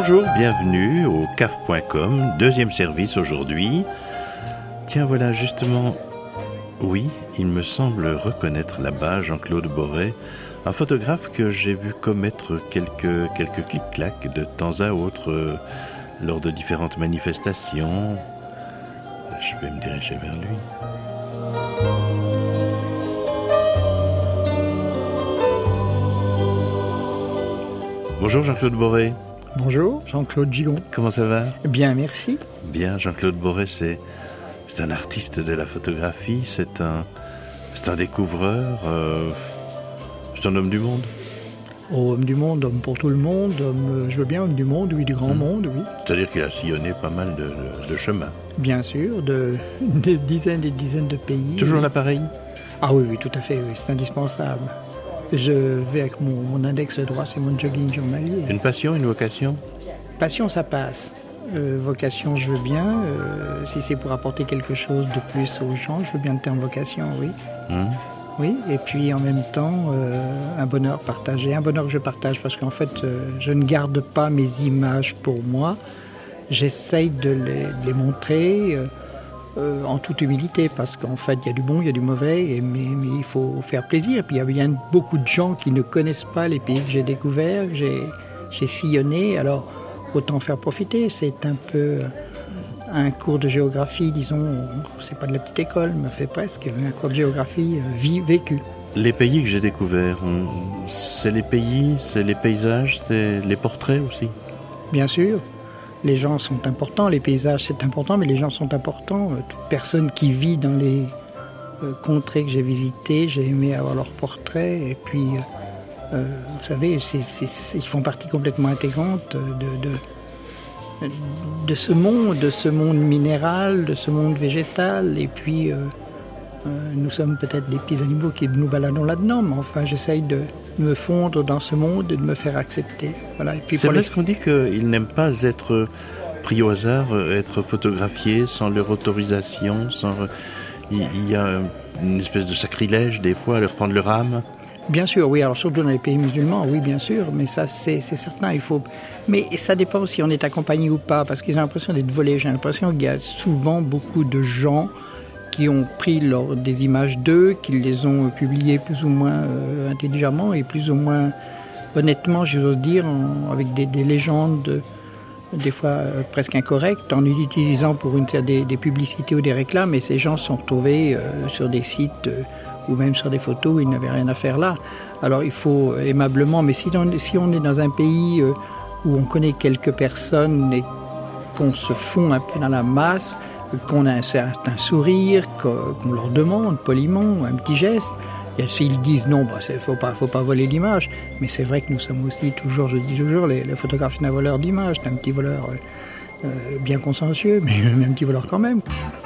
Bonjour, bienvenue au CAF.com, deuxième service aujourd'hui. Tiens, voilà, justement, oui, il me semble reconnaître là-bas Jean-Claude Boré, un photographe que j'ai vu commettre quelques clics-clacs de temps à autre lors de différentes manifestations. Je vais me diriger vers lui. Bonjour Jean-Claude Boré. Bonjour, Jean-Claude Gillon. Comment ça va ? Bien, merci. Bien, Jean-Claude Boré, c'est un artiste de la photographie, c'est un découvreur, c'est un homme du monde. Oh, homme du monde, homme pour tout le monde, je veux bien homme du monde, oui, du grand monde, oui. C'est-à-dire qu'il a sillonné pas mal de chemins. Bien sûr, des dizaines et dizaines de pays. Toujours l'appareil ? Ah oui, tout à fait, oui, c'est indispensable. Je vais avec mon index droit, c'est mon jogging journalier. Une passion, une vocation ? Passion, ça passe. Vocation, je veux bien. Si c'est pour apporter quelque chose de plus aux gens, je veux bien le terme vocation, oui. Oui, et puis en même temps, un bonheur partagé. Un bonheur que je partage parce qu'en fait, je ne garde pas mes images pour moi. J'essaye de les montrer en toute humilité parce qu'en fait, il y a du bon, il y a du mauvais, mais il faut faire plaisir. Et puis, il y a bien beaucoup de gens qui ne connaissent pas les pays que j'ai découverts, que j'ai sillonnés. Alors, autant faire profiter. C'est un peu un cours de géographie, disons. C'est pas de la petite école, mais fait presque un cours de géographie vécu. Les pays que j'ai découverts, c'est les pays, c'est les paysages, c'est les portraits aussi. Bien sûr. Les gens sont importants, les paysages c'est important, mais les gens sont importants. Toute personne qui vit dans les contrées que j'ai visitées, j'ai aimé avoir leurs portraits. Et puis, vous savez, ils font partie complètement intégrante de ce monde minéral, de ce monde végétal. Et puis, nous sommes peut-être des petits animaux qui nous baladons là-dedans, mais enfin, j'essaye de me fondre dans ce monde et de me faire accepter. Voilà. Et puis c'est vrai ce qu'on dit qu'ils n'aiment pas être pris au hasard, être photographiés sans leur autorisation, il y a une espèce de sacrilège des fois à leur prendre leur âme. Bien sûr, oui, alors surtout dans les pays musulmans, oui, bien sûr, mais ça c'est certain, mais ça dépend si on est accompagné ou pas, parce qu'ils ont l'impression d'être volés. J'ai l'impression qu'il y a souvent beaucoup de gens qui ont pris des images d'eux, qui les ont publiées plus ou moins intelligemment et plus ou moins honnêtement, je veux dire, avec des légendes des fois presque incorrectes, en utilisant pour des publicités ou des réclames, et ces gens se sont retrouvés sur des sites ou même sur des photos où ils n'avaient rien à faire là. Alors il faut aimablement, mais si on est dans un pays où on connaît quelques personnes et qu'on se fond un peu dans la masse, qu'on a un certain sourire, qu'on leur demande poliment, un petit geste. Et s'ils disent non, faut pas voler l'image. Mais c'est vrai que nous sommes aussi toujours, je dis toujours, les photographes sont un voleur d'image, c'est un petit voleur bien consciencieux, mais un petit voleur quand même.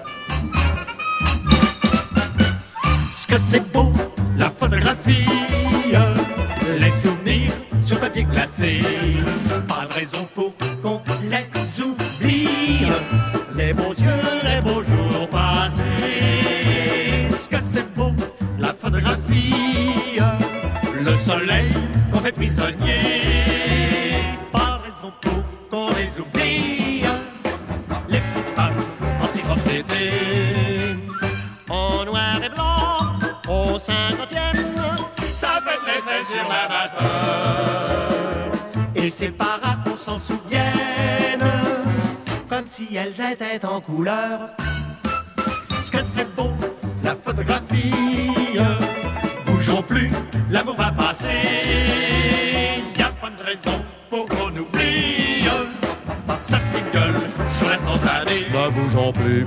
Ce que c'est beau, la photographie, les souvenirs sur papier glacé, pas de raison pour qu'on les oublie. Les beaux yeux, les beaux jours passés. Ce que c'est beau, la photographie, le soleil qu'on fait prisonnier. Pas raison pour qu'on les oublie. Les petites femmes en d'été, en noir et blanc, au 50e, ça fait de l'effet sur l'amateur. Et c'est pas rare qu'on s'en souvienne, comme si elles étaient en couleur. Ce que c'est beau, la photographie. Bougeons plus, l'amour va passer. Y a pas de raison pour qu'on oublie sa petite gueule sur l'instantané. Ne bougeons plus.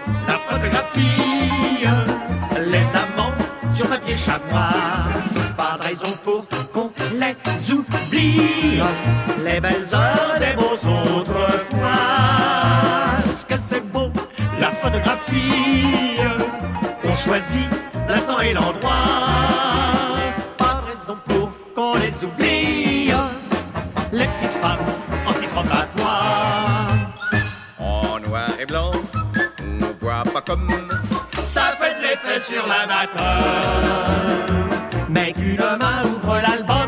Les amants sur papier chamois, pas pas de raison pour qu'on les oublie. Les belles heures des beaux autrefois. Est-ce que c'est beau, la photographie? On choisit l'instant et l'endroit. Pas de raison pour qu'on les oublie. Les petites femmes en titre robatoire. En noir et blanc, on voit pas comme Ça fait de l'effet sur l'amateur. Mais qu'une main ouvre l'album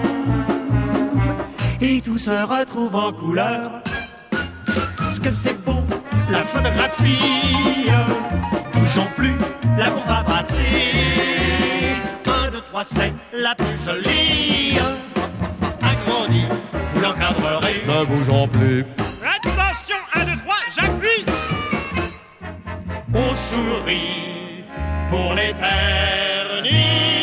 et tout se retrouve en couleur. Est-ce que c'est beau, la photographie? Bougeons plus, l'amour va passer. 1, 2, 3, c'est la plus jolie. Agrandie, vous l'encadrerez. ne bougeons plus. Attention, 1, 2, 3, j'appuie. On sourit pour l'éternité.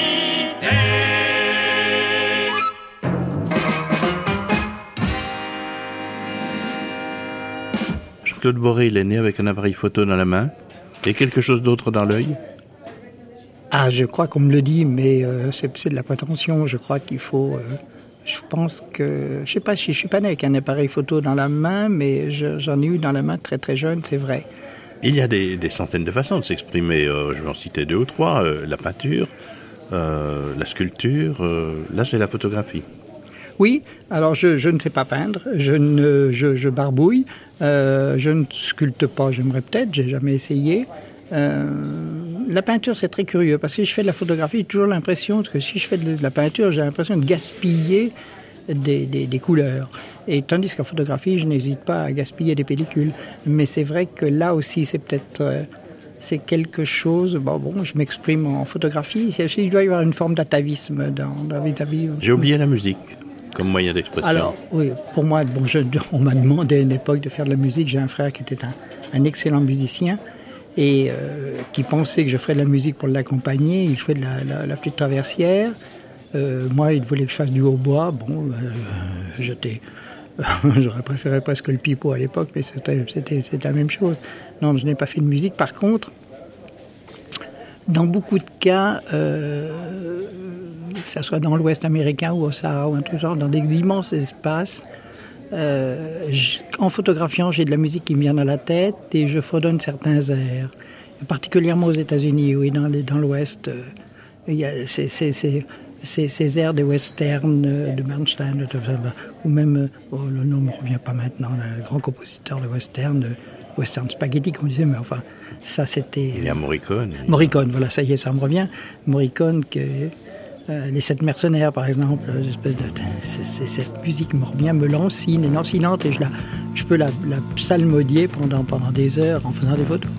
Jean-Claude Boré, il est né avec un appareil photo dans la main et quelque chose d'autre dans l'œil. Ah, je crois qu'on me le dit, mais c'est de la prétention. Je crois qu'il faut... je pense que... Je sais pas si je suis pas né avec un appareil photo dans la main, mais j'en ai eu dans la main très très jeune, c'est vrai. Il y a des centaines de façons de s'exprimer. Je vais en citer 2 ou 3. La peinture, la sculpture. Là, c'est la photographie. Oui, alors je ne sais pas peindre, je barbouille, je ne sculpte pas, j'aimerais peut-être, j'ai jamais essayé. La peinture, c'est très curieux, parce que si je fais de la photographie, j'ai toujours l'impression que si je fais de la peinture, j'ai l'impression de gaspiller des couleurs. Et tandis qu'en photographie, je n'hésite pas à gaspiller des pellicules. Mais c'est vrai que là aussi, c'est peut-être... c'est quelque chose... Bon, je m'exprime en photographie. Il doit y avoir une forme d'atavisme dans vis-à-vis... J'ai oublié la musique comme moyen d'expression. Alors, oui, pour moi, on m'a demandé à une époque de faire de la musique. J'ai un frère qui était un excellent musicien et qui pensait que je ferais de la musique pour l'accompagner. Il jouait de la flûte traversière. Moi, il voulait que je fasse du hautbois. Bon, j'aurais préféré presque le pipeau à l'époque, mais c'était la même chose. Non, je n'ai pas fait de musique. Par contre, dans beaucoup de cas, que ce soit dans l'Ouest américain ou au Sahara ou un tout genre, dans des immenses espaces, en photographiant, j'ai de la musique qui me vient dans la tête et je fredonne certains airs. Particulièrement aux États-Unis, oui, dans l'Ouest, il y a ces airs des westerns de Bernstein, ou même, le nom ne me revient pas maintenant, un grand compositeur de western spaghetti, comme on disait, mais enfin, ça c'était... Il y a Morricone. Morricone, voilà, ça y est, ça me revient. Morricone, les 7 mercenaires, par exemple, cette musique me revient, me lancine et lancinante, et je peux la psalmodier pendant des heures en faisant des photos.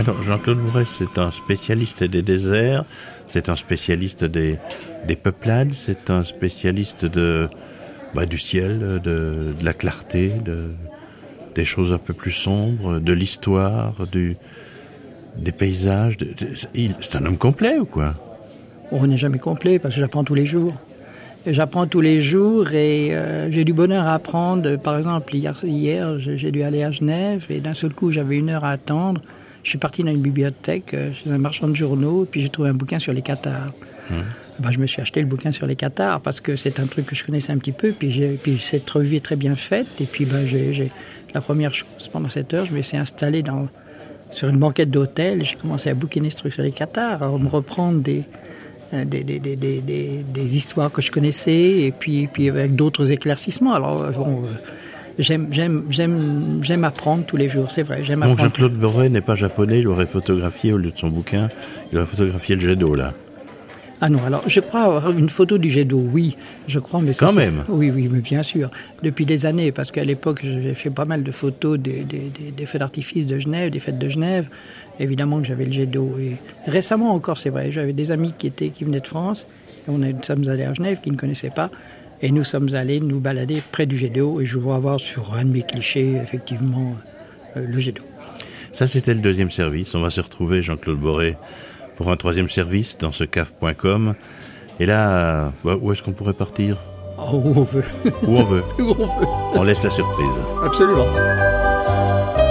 Alors, Jean-Claude Boré, c'est un spécialiste des déserts, c'est un spécialiste des peuplades, c'est un spécialiste du ciel, de la clarté, des choses un peu plus sombres, de l'histoire, des paysages. C'est un homme complet ou quoi? On n'est jamais complet parce que j'apprends tous les jours. J'apprends tous les jours et j'ai du bonheur à apprendre. Par exemple, hier j'ai dû aller à Genève et d'un seul coup, j'avais 1 heure à attendre. Je suis parti dans une bibliothèque chez un marchand de journaux, puis j'ai trouvé un bouquin sur les cathares. Je me suis acheté le bouquin sur les cathares parce que c'est un truc que je connaissais un petit peu, puis cette revue est très bien faite. Et puis j'ai la première chose, pendant cette heure, je me suis installé sur une banquette d'hôtel. J'ai commencé à bouquiner ce truc sur les cathares, à me reprendre des histoires que je connaissais, et puis avec d'autres éclaircissements. Alors j'aime apprendre tous les jours, c'est vrai. Donc Jean-Claude Boré n'est pas japonais, il aurait photographié au lieu de son bouquin, il aurait photographié le jet d'eau là. Ah non, alors je crois avoir une photo du jet d'eau, oui, je crois. Mais quand même. Oui, mais bien sûr. Depuis des années, parce qu'à l'époque, j'ai fait pas mal de photos des feux d'artifice de Genève, des fêtes de Genève. Évidemment que j'avais le jet d'eau. Et récemment encore, c'est vrai, j'avais des amis qui venaient de France. Et nous sommes allés à Genève, qui ne connaissaient pas. Et nous sommes allés nous balader près du jet d'eau. Et je vois avoir sur un de mes clichés, effectivement, le jet d'eau. Ça, c'était le deuxième service. On va se retrouver, Jean-Claude Boré, pour un troisième service dans ce caf.com. Et là, où est-ce qu'on pourrait partir? Où on veut. Où on veut. Où on veut. On laisse la surprise. Absolument.